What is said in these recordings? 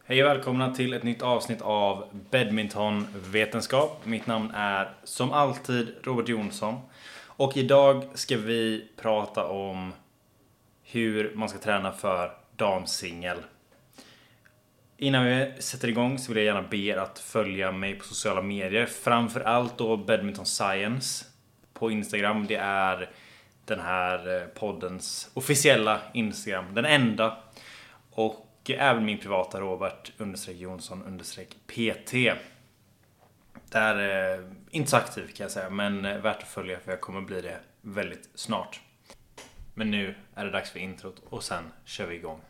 Hej och välkomna till ett nytt avsnitt av Badmintonvetenskap. Mitt namn är som alltid Robert Jonsson. Och idag ska vi prata om hur man ska träna för damsingel. Innan vi sätter igång så vill jag gärna be er att följa mig på sociala medier. Framförallt då Badminton Science på Instagram. Det är den här poddens officiella Instagram. Den enda. Och även min privata Robert_Jonsson_PT. Där är inte så aktiv kan jag säga, men värt att följa för jag kommer bli det väldigt snart. Men nu är det dags för introt och sen kör vi igång.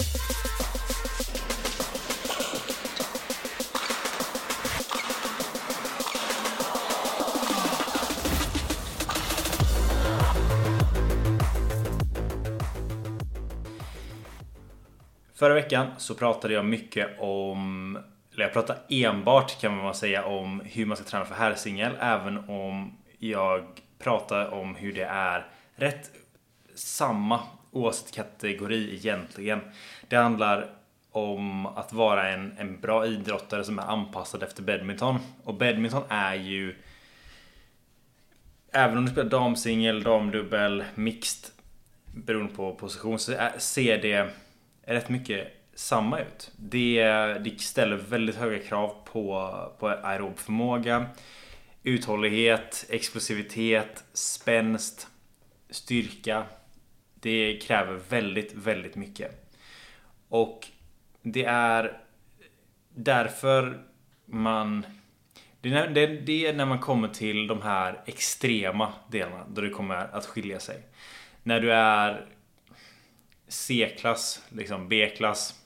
Förra veckan så pratade jag mycket om, eller jag pratade enbart kan man säga om hur man ska träna för herrsingel, även om jag pratar om hur det är rätt samma oavsett kategori egentligen. Det handlar om att vara en bra idrottare som är anpassad efter badminton. Och badminton är ju, även om du spelar damsingel, damdubbel, mixed, beroende på position, så ser det rätt mycket samma ut. Det ställer väldigt höga krav på aerob förmåga, uthållighet, explosivitet, spänst, styrka. Det kräver väldigt, väldigt mycket. Och det är därför det är när man kommer till de här extrema delarna då det kommer att skilja sig. När du är C-klass, liksom B-klass,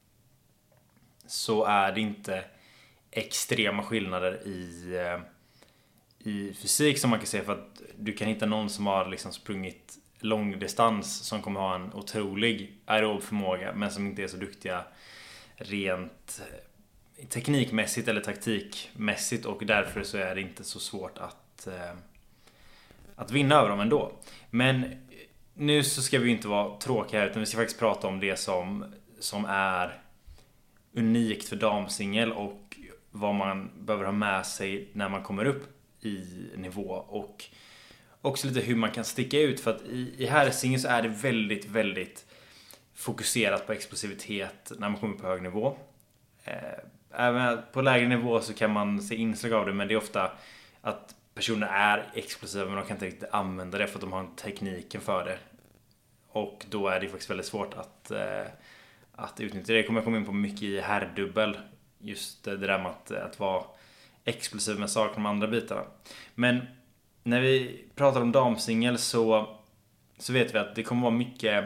så är det inte extrema skillnader i fysik som man kan säga, för att du kan hitta någon som har liksom sprungit långdistans som kommer ha en otrolig aerob förmåga men som inte är så duktiga rent teknikmässigt eller taktikmässigt, och därför så är det inte så svårt att vinna över dem ändå. Men nu så ska vi inte vara tråkiga här, utan vi ska faktiskt prata om det som är unikt för damsingel och vad man behöver ha med sig när man kommer upp i nivå, och också lite hur man kan sticka ut, för att i herrsingel så är det väldigt, väldigt fokuserat på explosivitet när man kommer på hög nivå. Även på lägre nivå så kan man se inslag av det, men det är ofta att personer är explosiva men de kan inte riktigt använda det för att de har tekniken för det. Och då är det faktiskt väldigt svårt att utnyttja det. Det kommer jag komma in på mycket i herrdubbel. Just det där med att vara explosiv med saker de andra bitarna. Men när vi pratar om damsingel så vet vi att det kommer vara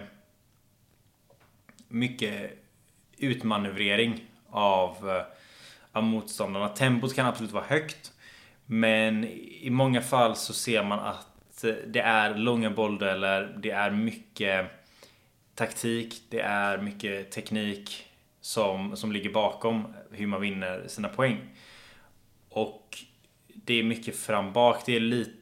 mycket utmanövrering av motståndarna. Tempot kan absolut vara högt, men i många fall så ser man att det är långa bolldueller, det är mycket taktik, det är mycket teknik som ligger bakom hur man vinner sina poäng. Och det är mycket fram bak, det är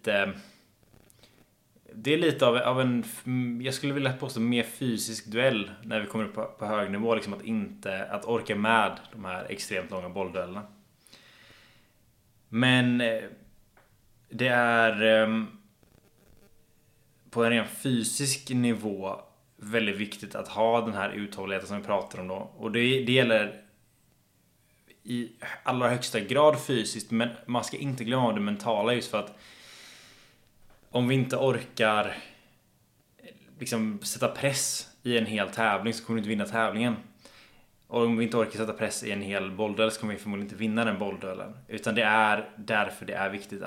lite av en, jag skulle vilja påstå, mer fysisk duell när vi kommer upp på hög nivå, liksom att orka med de här extremt långa bollduellerna. Men det är på en ren fysisk nivå väldigt viktigt att ha den här uthålligheten som vi pratar om då. Och det gäller i allra högsta grad fysiskt, men man ska inte glömma det mentala, just för att om vi inte orkar liksom sätta press i en hel tävling så kommer vi inte vinna tävlingen. Och om vi inte orkar sätta press i en hel bollduell så kommer vi förmodligen inte vinna den bollduellen. Utan det är därför det är viktigt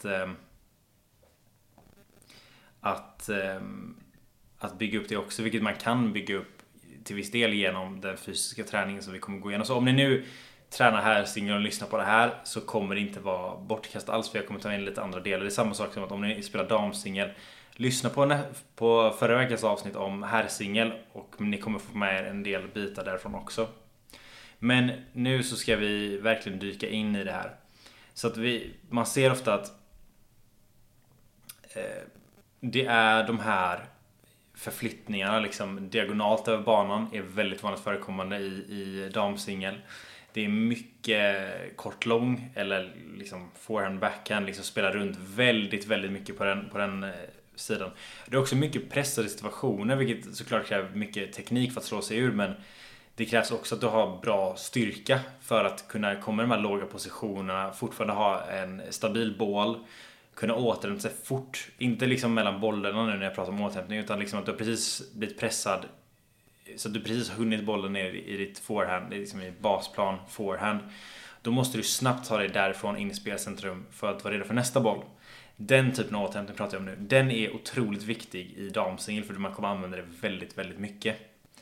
att bygga upp det också, vilket man kan bygga upp till viss del genom den fysiska träningen som vi kommer gå igenom. Så om ni nu tränar herrsingel och lyssnar på det här, så kommer det inte vara bortkastat alls, för jag kommer ta in lite andra delar. Det är samma sak som att om ni spelar damsingel, lyssna på förra veckans avsnitt om herrsingel, och ni kommer få med en del bitar därifrån också. Men nu så ska vi verkligen dyka in i det här. Så att man ser ofta att det är de här förflyttningarna liksom diagonalt över banan är väldigt vanligt förekommande i damsingel. Det är mycket kort-lång eller liksom forehand-backhand, liksom spelar runt väldigt, väldigt mycket på den sidan. Det är också mycket pressade situationer, vilket såklart kräver mycket teknik för att slå sig ur, men det krävs också att du har bra styrka för att kunna komma i de här låga positionerna, fortfarande ha en stabil boll, kunna återhämta sig fort. Inte liksom mellan bollarna nu när jag pratar om återhämtning, utan liksom att du har precis blivit pressad så att du precis har hunnit bollen ner i ditt forehand, liksom i basplan forehand. Då måste du snabbt ta dig därifrån in i spelcentrum för att vara redo för nästa boll. Den typen av återhämtning pratar jag om nu. Den är otroligt viktig i damsingel för man kommer använda det väldigt, väldigt mycket.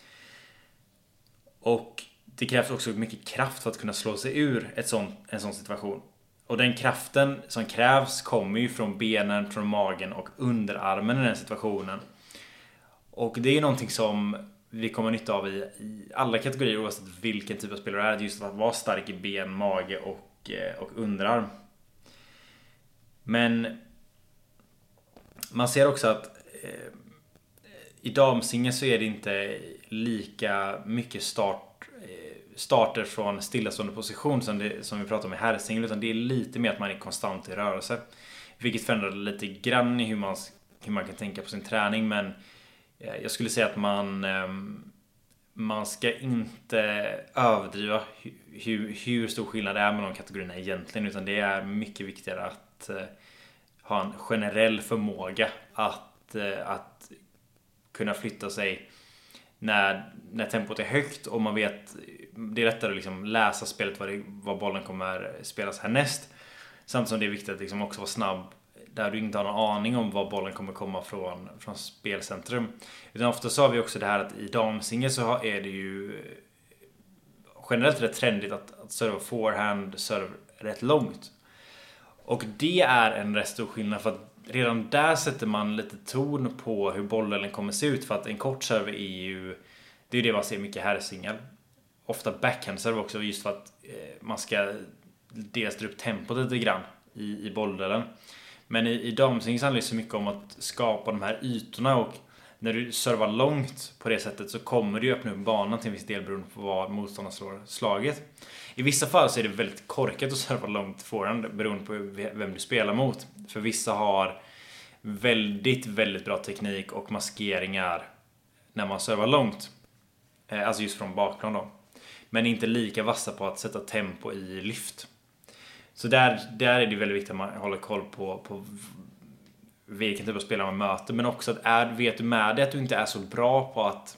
Och det krävs också mycket kraft för att kunna slå sig ur en sån situation. Och den kraften som krävs kommer ju från benen, från magen och underarmen i den situationen. Och det är någonting som vi kommer nytta av i alla kategorier oavsett vilken typ av spelare det är. Just att vara stark i ben, mage och underarm. Men man ser också att i damsingel så är det inte lika mycket starter från stillastående position som vi pratar om i herrsingel, utan det är lite mer att man är konstant i rörelse. Vilket förändrar lite grann i hur man kan tänka på sin träning, men jag skulle säga att man ska inte överdriva hur stor skillnad det är mellan kategorierna egentligen, utan det är mycket viktigare att ha en generell förmåga att kunna flytta sig när tempot är högt, och man vet det är lättare att liksom läsa spelet vad bollen kommer spelas härnäst, samtidigt som det är viktigt att liksom också vara snabb där du inte har någon aning om var bollen kommer komma från spelcentrum. Utan ofta så har vi också det här att i damsingel så är det ju generellt rätt trendigt att serva forehand, serva rätt långt. Och det är en rätt stor skillnad, för att redan där sätter man lite ton på hur bollen kommer se ut, för att en kort serve är ju, det är det man ser mycket här i singel. Ofta backhand serve också, just för att man ska dels dra upp tempot lite grann i bolldelen. Men i damsingel handlar det så mycket om att skapa de här ytorna, och när du servar långt på det sättet så kommer du öppna upp banan till en viss del beroende på vad motståndaren slår slaget. I vissa fall så är det väldigt korkat att serva långt forehand beroende på vem du spelar mot. För vissa har väldigt, väldigt bra teknik och maskeringar när man servar långt. Alltså just från bakplan då. Men inte lika vassa på att sätta tempo i lyft. Så där är det väldigt viktigt att man håller koll på vilken typ av spelare man möter. Men också att vet du med dig att du inte är så bra på att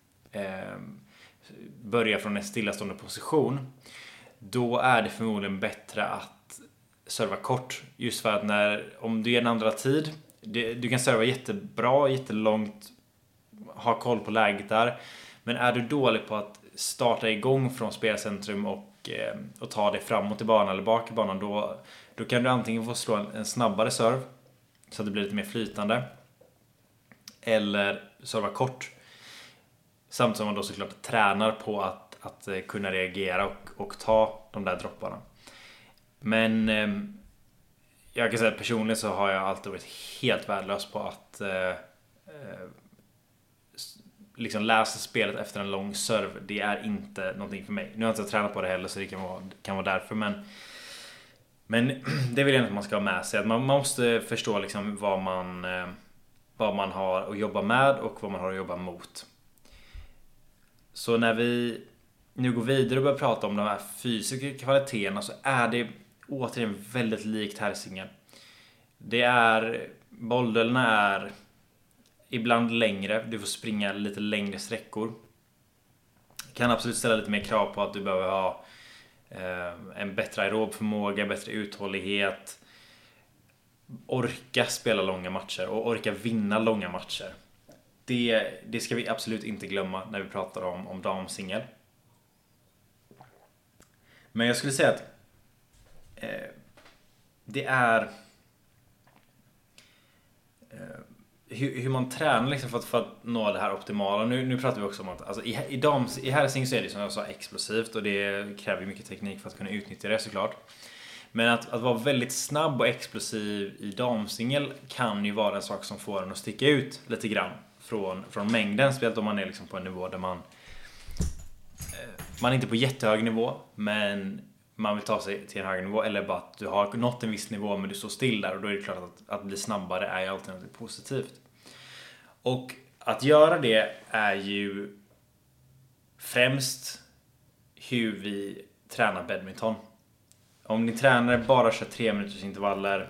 börja från en stillastående position, då är det förmodligen bättre att serva kort. Just för att om du ger en andra tid, du kan serva jättebra, jättelångt, ha koll på läget där. Men är du dålig på att starta igång från spelcentrum och ta det framåt i banan eller bak i banan, då kan du antingen få slå en snabbare serve så att det blir lite mer flytande, eller serva kort, samtidigt som man då såklart tränar på att kunna reagera och ta de där dropparna. Men jag kan säga att personligen så har jag alltid varit helt värdelös på att liksom läsa spelet efter en lång serve. Det är inte någonting för mig. Nu har jag inte tränat på det heller, så det kan vara därför, men det vill jag att man ska ha med sig, att man måste förstå liksom vad man har att jobba med och vad man har att jobba mot. Så när vi nu går vidare och börjar prata om de här fysiska kvaliteterna, så är det återigen väldigt likt herrsingel. Bolldelarna är ibland längre, du får springa lite längre sträckor. Kan absolut ställa lite mer krav på att du behöver ha en bättre aerob förmåga, bättre uthållighet, orka spela långa matcher och orka vinna långa matcher. Det ska vi absolut inte glömma när vi pratar om damsingel. Men jag skulle säga att det är hur man tränar liksom för att nå det här optimala. Nu pratar vi också om att alltså i herrsingel så är det som jag sa explosivt, och det kräver mycket teknik för att kunna utnyttja det såklart. Men att vara väldigt snabb och explosiv i damsingel kan ju vara en sak som får en att sticka ut lite grann. från mängden. Speciellt om man är liksom på en nivå där man är inte på jättehög nivå, men man vill ta sig till en högre nivå. Eller bara att du har nått en viss nivå men du står still där. Och då är det klart att bli snabbare är ju alltid något positivt. Och att göra det är ju främst hur vi tränar badminton. Om ni tränare bara kör 3 minuters intervaller,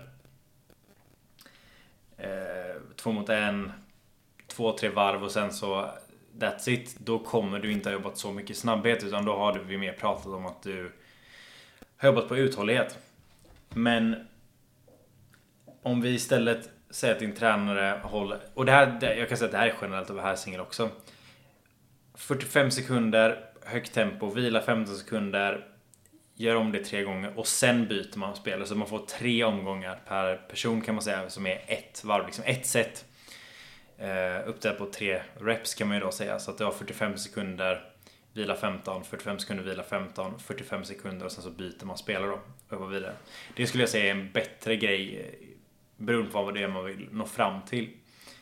2 mot 1, 2-3 varv och sen så that's it, då kommer du inte ha jobbat så mycket snabbhet, utan då har vi mer pratat om att du har jobbat på uthållighet. Men om vi istället säger att din tränare håller, och det här, jag kan säga att det här är generellt över herrsingel också, 45 sekunder högt tempo, vila 15 sekunder, gör om det 3 gånger och sen byter man spelare, så man får 3 omgångar per person kan man säga, som är ett varv, liksom ett set uppdelat på 3 reps kan man ju då säga, så att du har 45 sekunder vila 15, 45 sekunder vila 15, 45 sekunder och sen så byter man spelare då och går vidare. Det skulle jag säga är en bättre grej beroende på vad det är man vill nå fram till.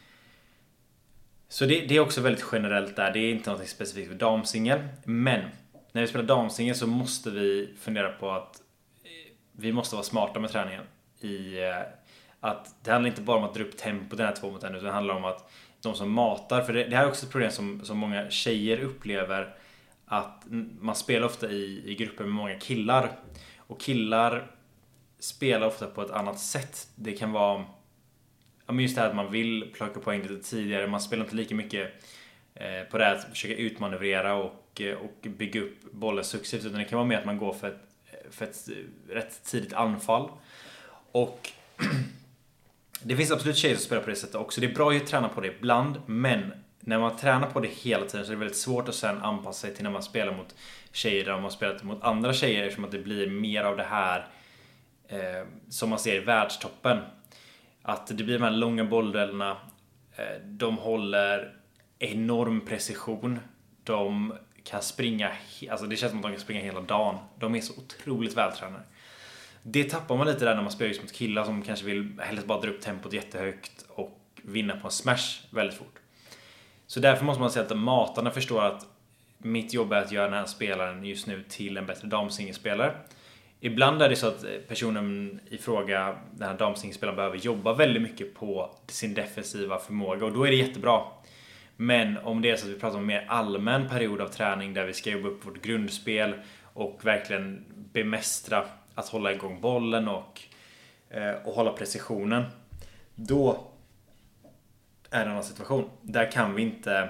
Så det är också väldigt generellt där. Det är inte något specifikt för damsingel. Men när vi spelar damsingel så måste vi fundera på att vi måste vara smarta med träningen. Att det handlar inte bara om att dra upp tempo den här 2 mot 1, utan det handlar om att de som matar, för det här är också ett problem som många tjejer upplever, att man spelar ofta i grupper med många killar. Och killar spelar ofta på ett annat sätt. Det kan vara just det här att man vill plocka poäng lite tidigare. Man spelar inte lika mycket på det här att försöka utmanövrera och bygga upp bollen successivt, utan det kan vara mer att man går för ett rätt tidigt anfall. Och det finns absolut tjejer som spelar på det sättet också. Det är bra att träna på det ibland, men när man tränar på det hela tiden så är det väldigt svårt att sen anpassa sig till när man spelar mot tjejer där man har spelat mot andra tjejer, eftersom att det blir mer av det här som man ser i världstoppen. Att det blir de här långa bollduellerna, de håller enorm precision, de kan springa, alltså det känns som att de kan springa hela dagen. De är så otroligt vältränade. Det tappar man lite där när man spelar just mot killar som kanske vill helst bara dra upp tempot jättehögt och vinna på en smash väldigt fort. Så därför måste man säga att matarna förstår att mitt jobb är att göra den här spelaren just nu till en bättre damsingelspelare. Ibland är det så att personen i fråga, den här damsingelspelaren, behöver jobba väldigt mycket på sin defensiva förmåga, och då är det jättebra. Men om det är så att vi pratar om en mer allmän period av träning där vi ska jobba upp vårt grundspel och verkligen bemästra att hålla igång bollen och hålla precisionen, då är det en annan situation. Där kan vi inte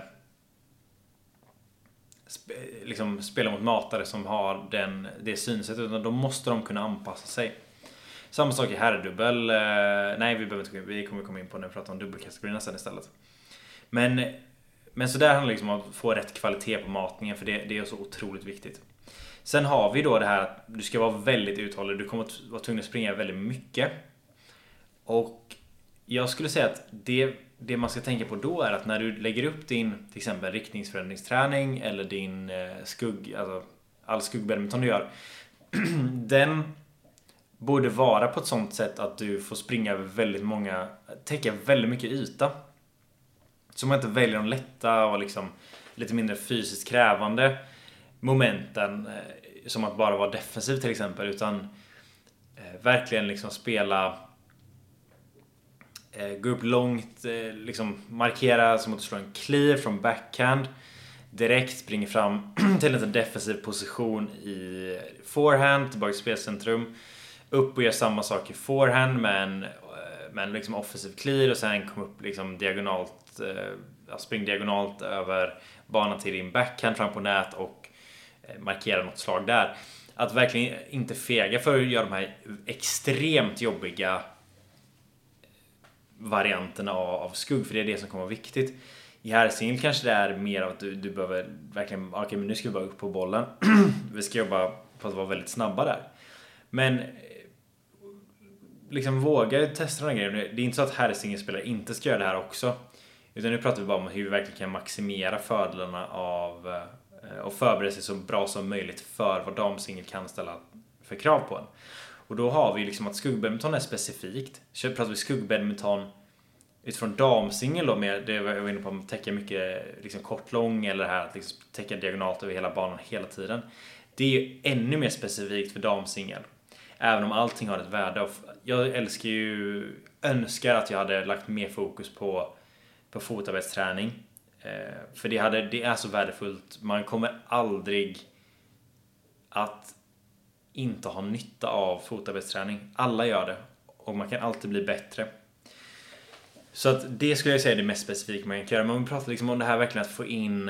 spela mot matare som har det synsättet, utan då måste de kunna anpassa sig. Samma sak i herrdubbel. Nej, vi kommer komma in på när vi pratar om dubbelkategorierna sen istället. Men så där handlar det liksom om att få rätt kvalitet på matningen, för det är så otroligt viktigt. Sen har vi då det här att du ska vara väldigt uthållig. Du kommer att vara tvungen att springa väldigt mycket. Och jag skulle säga att det man ska tänka på då är att när du lägger upp din till exempel riktningsförändringsträning eller din all skuggbadminton du gör, den borde vara på ett sånt sätt att du får springa över täcka väldigt mycket yta. Så man inte väljer de lätta och liksom lite mindre fysiskt krävande momenten, som att bara vara defensiv till exempel, utan verkligen liksom spela, gå upp långt, liksom markera som att slå en clear från backhand, direkt springer fram till en defensiv position i forehand, tillbaka till spelcentrum, upp och gör samma sak i forehand men liksom offensiv clear, och sen kom upp liksom diagonalt, spring diagonalt över banan till din backhand fram på nät och markera något slag där. Att verkligen inte fega för att göra de här extremt jobbiga varianterna av skugg, för det är det som kommer vara viktigt. I herrsingel kanske det är mer av att du behöver verkligen, okej, men nu ska vi bara upp på bollen. Vi ska jobba på att vara väldigt snabba där. Men liksom våga testa den här grejen. Det är inte så att herrsingelspelare inte ska göra det här också, utan nu pratar vi bara om hur vi verkligen kan maximera fördelarna av och förbereda sig så bra som möjligt för vad damsingel kan ställa för krav på en. Och då har vi liksom att skuggbadminton är specifikt. Så pratar vi skuggbadminton utifrån damsingel då, med det jag var inne på, att täcka mycket liksom kort, lång, eller det här att liksom täcka diagonalt över hela banan hela tiden. Det är ju ännu mer specifikt för damsingel. Även om allting har ett värde. Jag önskar att jag hade lagt mer fokus på fotarbetsträning. För det är så värdefullt. Man kommer aldrig att inte ha nytta av fotarbetsträning. Alla gör det. Och man kan alltid bli bättre. Så att det skulle jag säga är det mest specifika man kan göra. Men man pratar liksom om det här verkligen att få in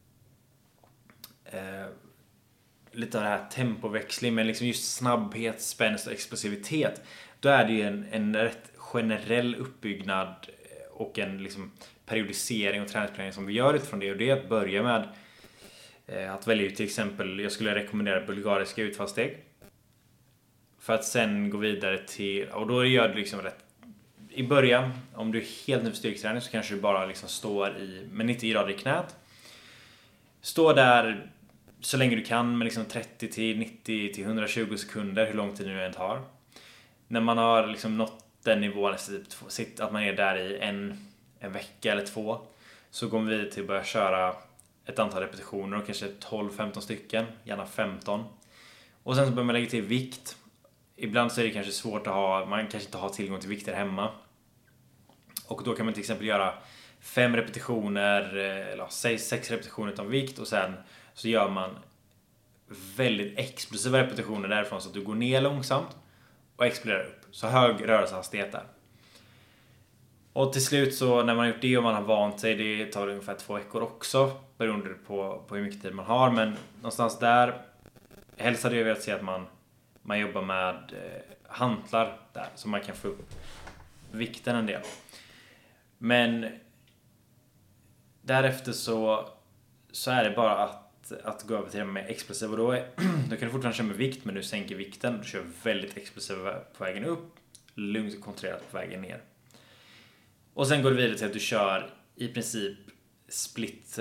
lite av det här tempoväxling, men liksom just snabbhet, spänst och explosivitet. Då är det ju en rätt generell uppbyggnad och en liksom periodisering och träningsplanering som vi gör utifrån det. Och det är att börja med att välja ut till exempel, jag skulle rekommendera bulgariska utfallssteg. För att sen gå vidare till, och då gör det liksom rätt. I början, om du är helt ny för styrketräning, så kanske du bara liksom står med 90 grader i knät. Stå där så länge du kan med liksom 30 till 90 till 120 sekunder, hur lång tid du än tar. När man har liksom nått den nivån, att man är där i en vecka eller 2, så går vi till att börja köra ett antal repetitioner och kanske 12-15 stycken, gärna 15. Och sen så börjar man lägga till vikt. Ibland så är det kanske svårt man kanske inte har tillgång till vikter hemma. Och då kan man till exempel göra 5 repetitioner, eller 6 repetitioner utan vikt, och sen så gör man väldigt explosiva repetitioner därifrån, så att du går ner långsamt och exploderar upp. Så hög rörelsehastighet där. Och till slut så när man har gjort det och man har vant sig, det tar ungefär 2 veckor också, beroende på hur mycket tid man har, men någonstans där, helst hade jag velat se att man jobbar med hantlar där, så man kan få upp vikten en del. Men därefter så är det bara att gå över till det med explosiv, och då kan du fortfarande köra med vikt, men du sänker vikten, du kör väldigt explosiv på vägen upp, lugnt och kontrollerat på vägen ner. Och sen går du vidare till att du kör i princip split.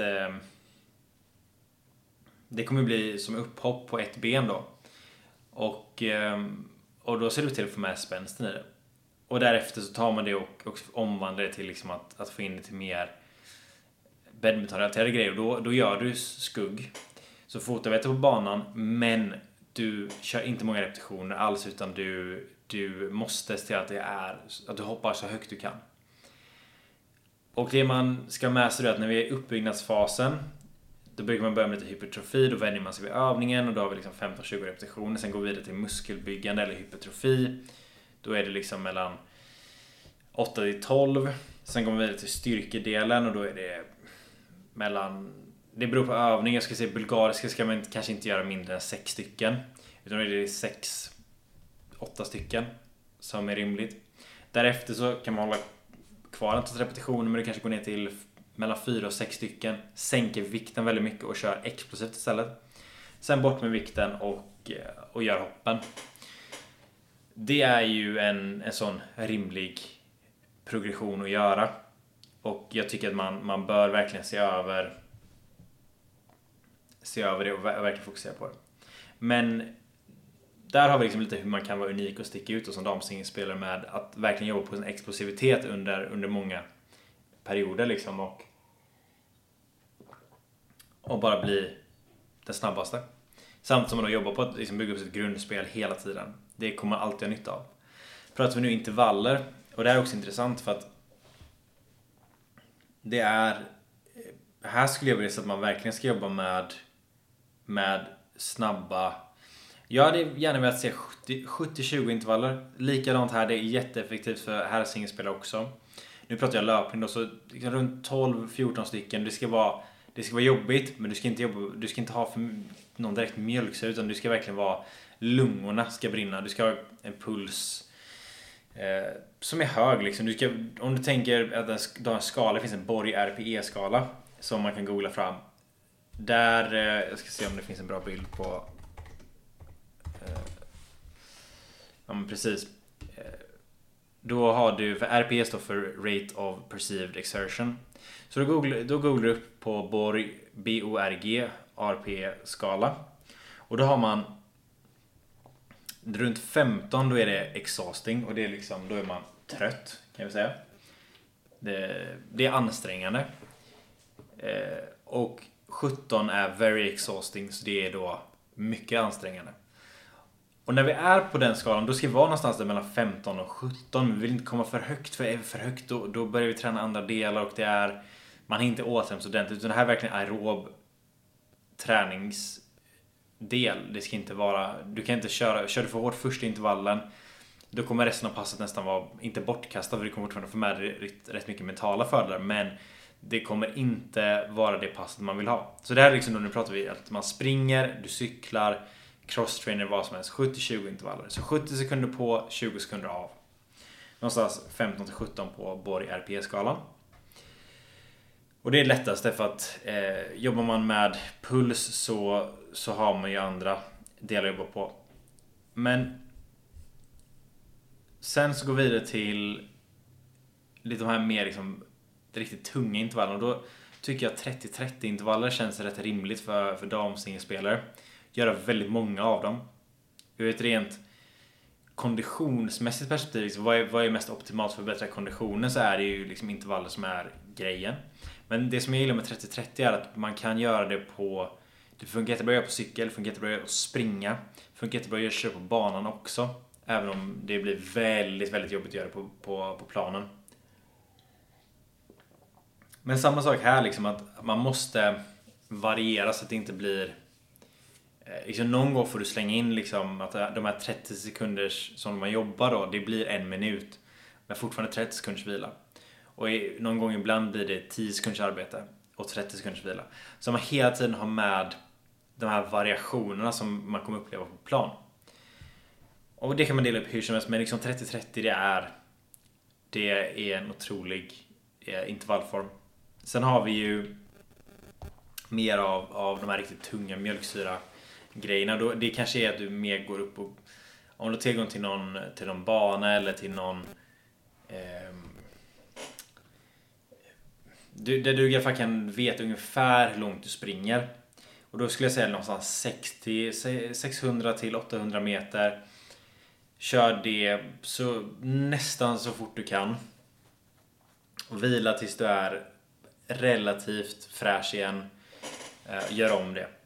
Det kommer bli som upphopp på ett ben då. Och då ser du till att få med spänsten i det. Och därefter så tar man det och omvandlar det till liksom att få in det till mer badmintonrelaterade grejer. Och då gör du skugg. Så fotarbete på banan, men du kör inte många repetitioner alls, utan du måste se att att du hoppar så högt du kan. Och det man ska med sig är att när vi är i uppbyggnadsfasen, då brukar man börja med lite hypertrofi, då vänjer man sig vid övningen, och då har vi liksom 15-20 repetitioner. Sen går vi vidare till muskelbyggande eller hypertrofi. Då är det liksom mellan 8 till 12. Sen går vi vidare till styrkedelen, och då är det det beror på övning. Jag ska säga bulgariska ska man kanske inte göra mindre än 6 stycken. Utan då är det 8 stycken som är rimligt. Därefter så kan man hålla kvar en repetitioner, men det kanske går ner till mellan 4 och 6 stycken. Sänker vikten väldigt mycket och kör explosivt istället. Sen bort med vikten och gör hoppen. Det är ju en sån rimlig progression att göra. Och jag tycker att man bör verkligen se över det och verkligen fokusera på det. Men där har vi liksom lite hur man kan vara unik och sticka ut och som damsingelspelare med att verkligen jobba på sin explosivitet under många perioder liksom, och bara bli den snabbaste. Samtidigt som man då jobbar på att liksom bygga upp sitt grundspel hela tiden. Det kommer man alltid ha nytta av. Pratar vi nu intervaller, och det är också intressant för att här skulle jag vilja säga att man verkligen ska jobba med snabba. Jag hade gärna velat se 70-20 intervaller. Likadant här, det är jätteeffektivt för herrsingelspelare också. Nu pratar jag löpning då, så liksom runt 12-14 stycken. Det ska vara jobbigt, men du ska inte ha för någon direkt mjölksyra, utan du ska verkligen vara, lungorna ska brinna. Du ska ha en puls som är hög liksom. Om du tänker att du har en skala, det finns en Borg RPE-skala som man kan googla fram. Där, jag ska se om det finns en bra bild på. Ja, men precis. Då har du, för RPE står för Rate of Perceived Exertion. Så då googlar du upp på Borg BORG RPE-skala. Och då har man runt 15, då är det exhausting, och det är liksom, då är man trött, kan vi säga. Det är ansträngande. Och 17 är very exhausting, så det är då mycket ansträngande. Och när vi är på den skalan, då ska vi vara någonstans där mellan 15 och 17. Vi vill inte komma för högt, för är vi för högt då börjar vi träna andra delar och man är inte återhämtat ordentligt, utan det här är verkligen aerob träningsdel. Det ska inte vara, du kan inte kör du för hårt första intervallen, då kommer resten av passet nästan vara inte bortkastat, för det kommer fortfarande få med rätt mycket mentala fördelar, men det kommer inte vara det passet man vill ha. Så det här är liksom, då nu pratar vi att man springer, du cyklar, cross-trainer, vad som helst, 70-20 intervaller. Så 70 sekunder på, 20 sekunder av. Någonstans 15-17 på Borg RPE-skalan. Och det är lättast därför att jobbar man med puls så har man ju andra delar att jobba på. Men sen så går vi vidare till lite de här mer liksom riktigt tunga intervallerna. Och då tycker jag att 30-30 intervaller känns rätt rimligt för damsingelspelare. Göra väldigt många av dem. Ur ett rent konditionsmässigt perspektiv, liksom, vad är mest optimalt för att förbättra konditionen, så är det ju liksom intervaller som är grejen. Men det som jag gillar med 30-30 är att man kan göra det på... Det funkar jättebra att göra på cykel, det funkar jättebra att springa, det funkar jättebra att köra på banan också. Även om det blir väldigt, väldigt jobbigt att göra det på planen. Men samma sak här, liksom, att man måste variera så att det inte blir... Liksom, någon gång får du slänga in liksom, att de här 30 sekunders som man jobbar då, det blir 1 minut. Men fortfarande 30 sekunders vila. Och någon gång ibland blir det 10 sekunders arbete och 30 sekunders vila. Så man hela tiden har med de här variationerna som man kommer uppleva på plan. Och det kan man dela upp hur som helst, men liksom 30-30 det är en otrolig intervallform. Sen har vi ju mer av de här riktigt tunga mjölksyra grejerna. Det kanske är att du mer går upp och om du har tillgång till någon bana eller till någon där du i alla fall kan veta ungefär hur långt du springer. Och då skulle jag säga någonstans 600 till 800 meter. Kör det så nästan så fort du kan. Och vila tills du är relativt fräsch igen. Gör om det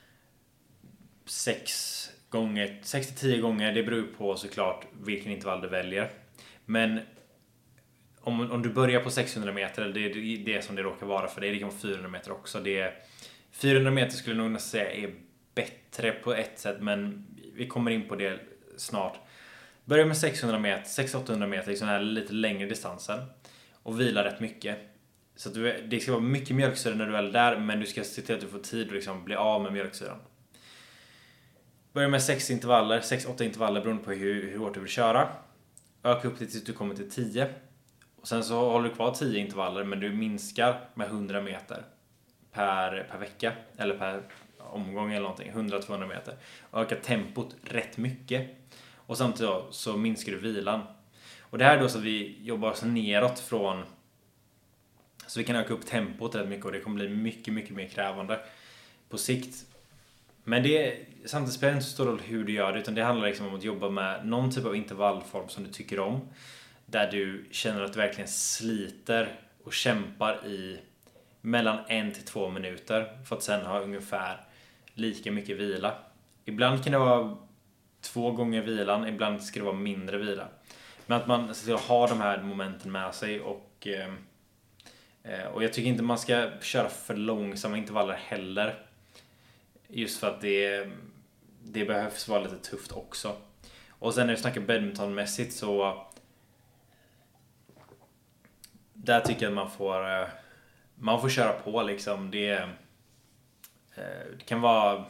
6-10 gånger. Det beror på såklart vilken intervall du väljer. Men om du börjar på 600 meter, det är det som det råkar vara för dig. Det kan vara 400 meter också. 400 meter skulle jag nog säga är bättre på ett sätt, men vi kommer in på det snart. Börja med 600 meter, 600-800 meter, liksom här lite längre distanser. Och vila rätt mycket. Så att det ska vara mycket mjölksyra när du är där, men du ska se till att du får tid att liksom bli av med mjölksyran. Börja med 6-8 intervaller beroende på hur hårt du vill köra. Öka upp det tills du kommer till 10. Och sen så håller du kvar 10 intervaller, men du minskar med 100 meter per vecka. Eller per omgång eller någonting. 100-200 meter. Och öka tempot rätt mycket. Och samtidigt då, så minskar du vilan. Och det här är då så att vi jobbar oss neråt från... Så vi kan öka upp tempot rätt mycket och det kommer bli mycket, mycket mer krävande på sikt. Men samtidigt spelar det inte så stor roll hur du gör det, utan det handlar liksom om att jobba med någon typ av intervallform som du tycker om. Där du känner att du verkligen sliter och kämpar i mellan 1-2 minuter för att sen ha ungefär lika mycket vila. Ibland kan det vara 2 gånger vilan, ibland ska det vara mindre vila. Men att man ska ha de här momenten med sig och jag tycker inte man ska köra för långsamma intervaller heller. Just för att det behövs vara lite tufft också. Och sen när vi snackar badmintonmässigt så där tycker jag att man får köra på liksom. Det kan vara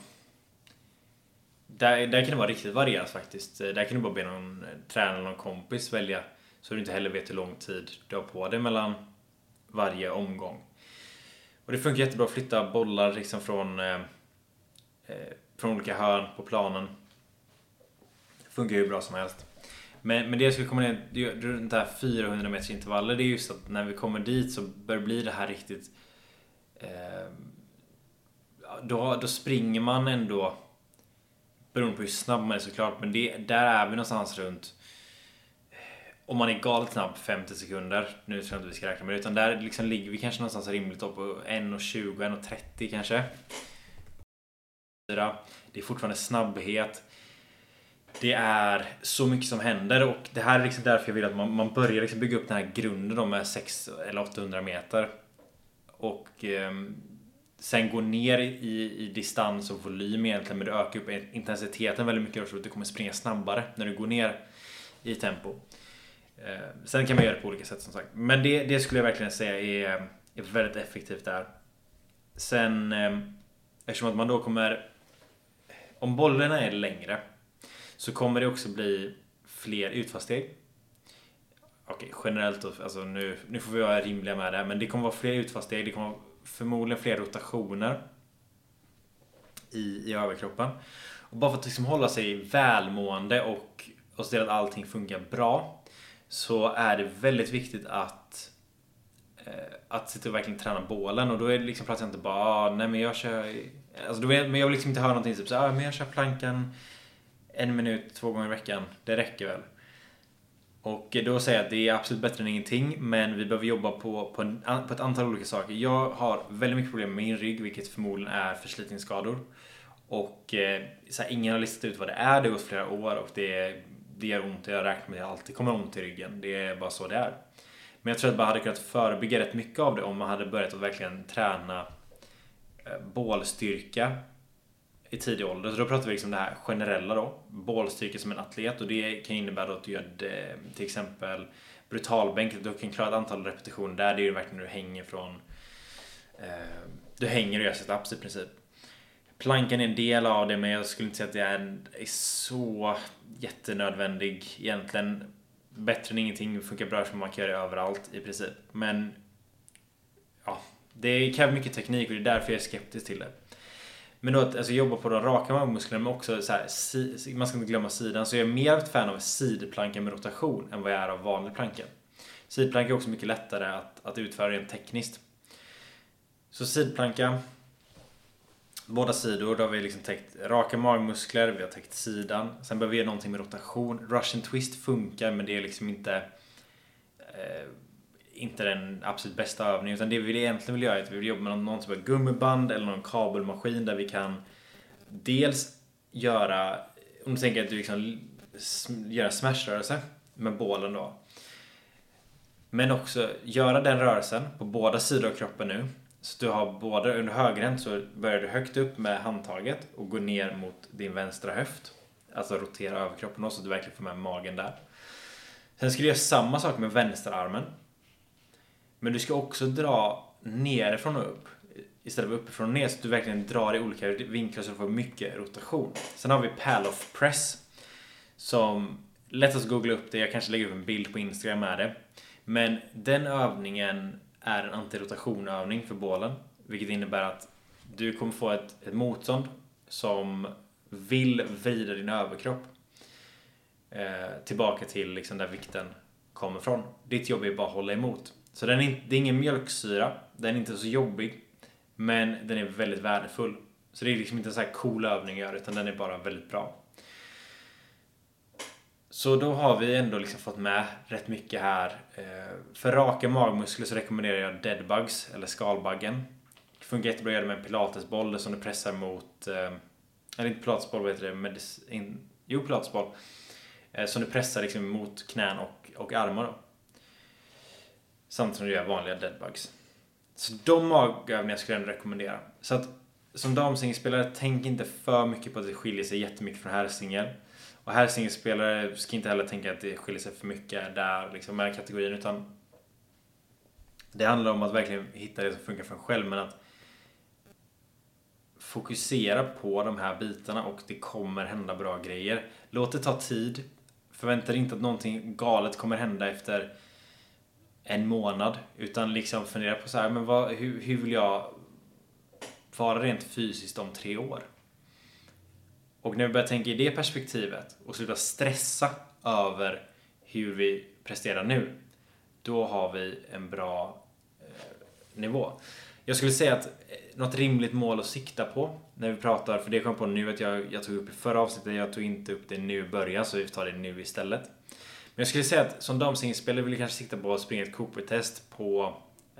där kan det vara riktigt varierat faktiskt. Där kan du bara be någon tränare eller någon kompis välja, så du inte heller vet hur lång tid du har på dig mellan varje omgång. Och det funkar jättebra att flytta bollar liksom från olika hörn på planen. Det funkar ju bra som helst. Men det jag skulle komma ner runt det här 400 meters intervaller, det är just att när vi kommer dit så börjar det bli det här riktigt då springer man ändå beroende på hur snabb man är såklart, men där är vi någonstans runt om man är galet snabb 50 sekunder. Nu tror jag inte vi ska räkna med det. Utan där liksom ligger vi kanske någonstans rimligt upp på 1.20, 1.30 kanske. Det är fortfarande snabbhet. Det är så mycket som händer. Och det här är liksom därför jag vill att man börjar liksom bygga upp den här grunden då med 600 eller 800 meter. Och sen gå ner i distans och volym egentligen. Men du ökar upp intensiteten väldigt mycket. Så att du kommer springa snabbare när du går ner i tempo. Sen kan man göra det på olika sätt som sagt. Men det skulle jag verkligen säga är väldigt effektivt där. Sen eftersom att man då kommer, om bollarna är längre, så kommer det också bli fler utfallssteg. Okej, generellt då, alltså nu får vi vara rimliga med det. Men det kommer vara fler utfallssteg. Det kommer vara förmodligen fler rotationer i överkroppen. Och bara för att liksom hålla sig välmående och se till att allting funkar bra, så är det väldigt viktigt att sitta och verkligen träna bålen. Och då är det liksom, pratar jag inte bara nej men jag kör, alltså men jag vill liksom inte höra någonting typ så men jag kör plankan 1 minut 2 gånger i veckan, det räcker väl. Och då säger jag att det är absolut bättre än ingenting, men vi behöver jobba på ett antal olika saker. Jag har väldigt mycket problem med min rygg, vilket förmodligen är förslitningsskador. Och ingen har listat ut vad det är. Det har gått flera år och det gör ont. Jag räknar med att det alltid kommer ont i ryggen. Det är bara så det är. Men jag tror att man hade kunnat förebygga rätt mycket av det om man hade börjat att verkligen träna bålstyrka i tidig ålder. Så då pratar vi liksom det här generella då. Bålstyrka som en atlet. Och det kan innebära att du gör det, till exempel brutalbänk. Du kan klara ett antal repetitioner där. Det är ju verkligen när du hänger från du hänger och gör setups i princip. Plankan är en del av det, men jag skulle inte säga att det är så jättenödvändig egentligen. Bättre än ingenting, funkar bra som man kan göra överallt i princip. Men ja, det kräver mycket teknik och det är därför jag är skeptisk till det. Men då att jobba på de raka magmusklerna, men också så här, man ska inte glömma sidan. Så jag är mer ett fan av sidplanka med rotation än vad jag är av vanlig planka. Sidplanka är också mycket lättare att utföra rent tekniskt. Så sidplanka, båda sidor, då har vi liksom täckt raka magmuskler, vi har täckt sidan. Sen behöver vi göra någonting med rotation. Russian twist funkar, men det är liksom inte den absolut bästa övningen. Utan det vi egentligen vill göra är att vi vill jobba med någon typ av gummiband eller någon kabelmaskin där vi kan dels göra, om du tänker att du liksom gör en smashrörelse med bålen då. Men också göra den rörelsen på båda sidor av kroppen nu. Så du har både under högerhänt så börjar du högt upp med handtaget och gå ner mot din vänstra höft. Alltså rotera över kroppen så att du verkligen får med magen där. Sen ska du göra samma sak med vänsterarmen. Men du ska också dra nerifrån och upp istället för uppifrån och ner, så att du verkligen drar i olika vinklar så du får mycket rotation. Sen har vi Palloff Press, som lätt att googla upp det. Jag kanske lägger upp en bild på Instagram med det. Men den övningen är en antirotationövning för bålen, vilket innebär att du kommer få ett motstånd som vill vrida din överkropp tillbaka till liksom där vikten kommer från. Ditt jobb är bara att hålla emot. Så det är ingen mjölksyra, den är inte så jobbig, men den är väldigt värdefull. Så det är liksom inte en så här cool övning att göra, utan den är bara väldigt bra. Så då har vi ändå liksom fått med rätt mycket här. För raka magmuskler så rekommenderar jag deadbugs eller skalbaggen. Det funkar jättebra att göra med en pilatesboll som du pressar mot, eller inte pilatesboll, vad heter det? Pilatesboll. Som du pressar liksom mot knän och armar då. Samtidigt som du gör vanliga deadbugs. Så de magövningar skulle jag rekommendera. Så att som damsingelspelare, tänk inte för mycket på att det skiljer sig jättemycket från herrsingel. Och herrsingelspelare ska inte heller tänka att det skiljer sig för mycket där liksom med kategorin, utan det handlar om att verkligen hitta det som funkar för en själv, men att fokusera på de här bitarna och det kommer hända bra grejer. Låt det ta tid. Förvänta dig inte att någonting galet kommer hända efter en månad, utan liksom fundera på så här, men hur vill jag vara rent fysiskt om 3 år? Och när vi börjar tänka i det perspektivet och sluta stressa över hur vi presterar nu, då har vi en bra nivå. Jag skulle säga att något rimligt mål att sikta på när vi pratar, för det kom på nu att jag tog upp i förra avsnittet, jag tog inte upp det nu i början, så vi tar det nu istället. jag skulle säga att som damsingelspelare vill jag kanske sikta på att springa ett Cooper-test på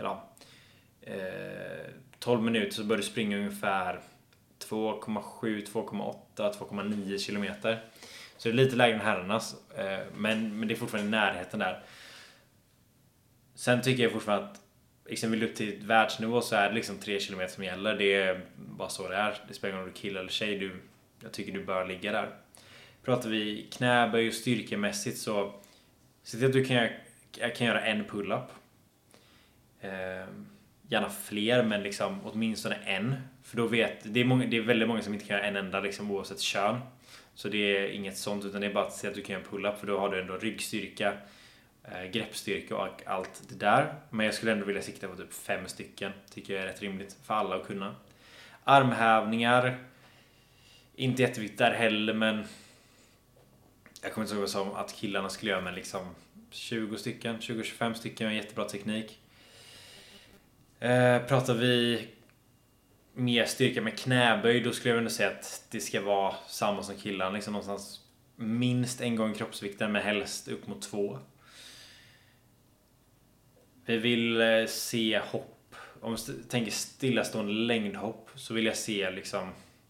12 minuter, så bör du springa ungefär 2,7, 2,8, 2,9 kilometer. Så det är lite lägre än herrarnas, men det är fortfarande i närheten där. Sen tycker jag fortfarande att liksom vill upp till världsnivå så är det liksom 3 kilometer som gäller. Det är bara så det är. Det spelar ingen roll om du är kille eller tjej. Jag tycker du bör ligga där. Pratar vi knäböj och styrkemässigt så se till att du kan göra en pull-up. Gärna fler, men liksom åtminstone en. För då det är väldigt många som inte kan göra en enda liksom, oavsett kön. Så det är inget sånt, utan det är bara att se att du kan göra en pull-up. För då har du ändå ryggstyrka, greppstyrka och allt det där. Men jag skulle ändå vilja sikta på typ 5 stycken. Tycker jag är rätt rimligt för alla att kunna. Armhävningar, inte jätteviktigt där heller, men jag kommer inte ihåg som att killarna skulle göra med liksom 20-25 stycken med jättebra teknik. Pratar vi mer styrka med knäböj, då skulle jag ändå säga att det ska vara samma som killarna, liksom någonstans minst en gång kroppsvikten, men helst upp mot 2. Vi vill se hopp. Om jag tänker stillastående längdhopp, så vill jag se liksom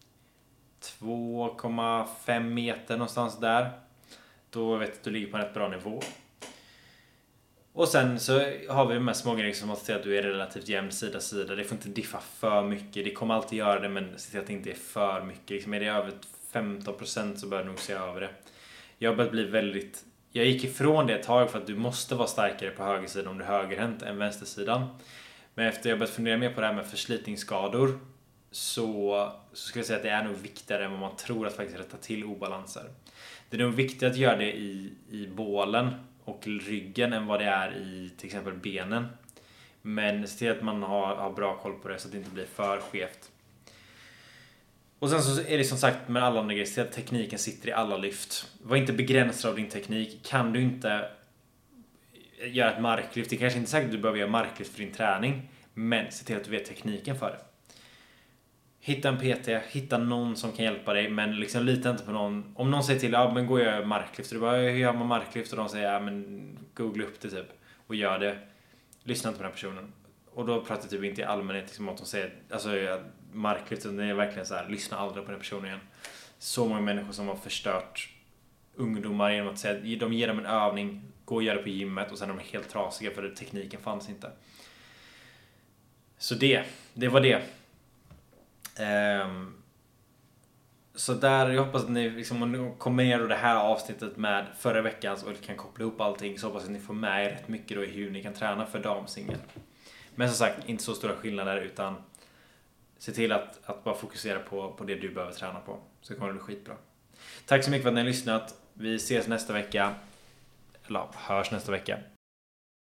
2,5 meter någonstans där. Då vet du att du ligger på en rätt bra nivå. Och sen så har vi de här små grejerna som måste säga att du är relativt jämn sida. Det får inte diffa för mycket. Det kommer alltid göra det, men se till att det inte är för mycket. Liksom är det över 15% så bör du nog se över det. Jag gick ifrån det ett tag för att du måste vara starkare på högersidan om du är högerhänt än vänstersidan. Men efter jag börjat fundera mer på det här med förslitningsskador så skulle jag säga att det är nog viktigare än vad man tror att faktiskt rätta till obalanser. Det är nog viktigt att göra det i bålen och ryggen än vad det är i till exempel benen. Men se till att man har bra koll på det så att det inte blir för skevt. Och sen så är det som sagt med alla andra grejer, se att tekniken sitter i alla lyft. Var inte begränsad av din teknik. Kan du inte göra ett marklyft, det är kanske inte säkert att du behöver göra marklyft för din träning, men se till att du vet tekniken för det. Hitta en PT, hitta någon som kan hjälpa dig, men liksom lita inte på någon. Om någon säger till, men gå och gör marklyft, och du bara, hur gör man marklyft? Och de säger, men googla upp det typ och gör det. Lyssna inte på den här personen. Och då pratar jag typ inte i allmänhet liksom att de säger, alltså marklyft, det är verkligen så här, lyssna aldrig på den personen igen. Så många människor som har förstört ungdomar genom att säga, de ger dem en övning, gå och gör det på gymmet, och sen är de helt trasiga för att tekniken fanns inte. Så det var det. Så där, jag hoppas att ni liksom kombinerar det här avsnittet med förra veckans och kan koppla ihop allting, så hoppas att ni får med rätt mycket då i hur ni kan träna för damsingel. Men som sagt, inte så stora skillnader, utan se till att bara fokusera på det du behöver träna på, så kommer det bli skitbra. Tack så mycket för att ni har lyssnat. Vi ses nästa vecka, eller hörs nästa vecka.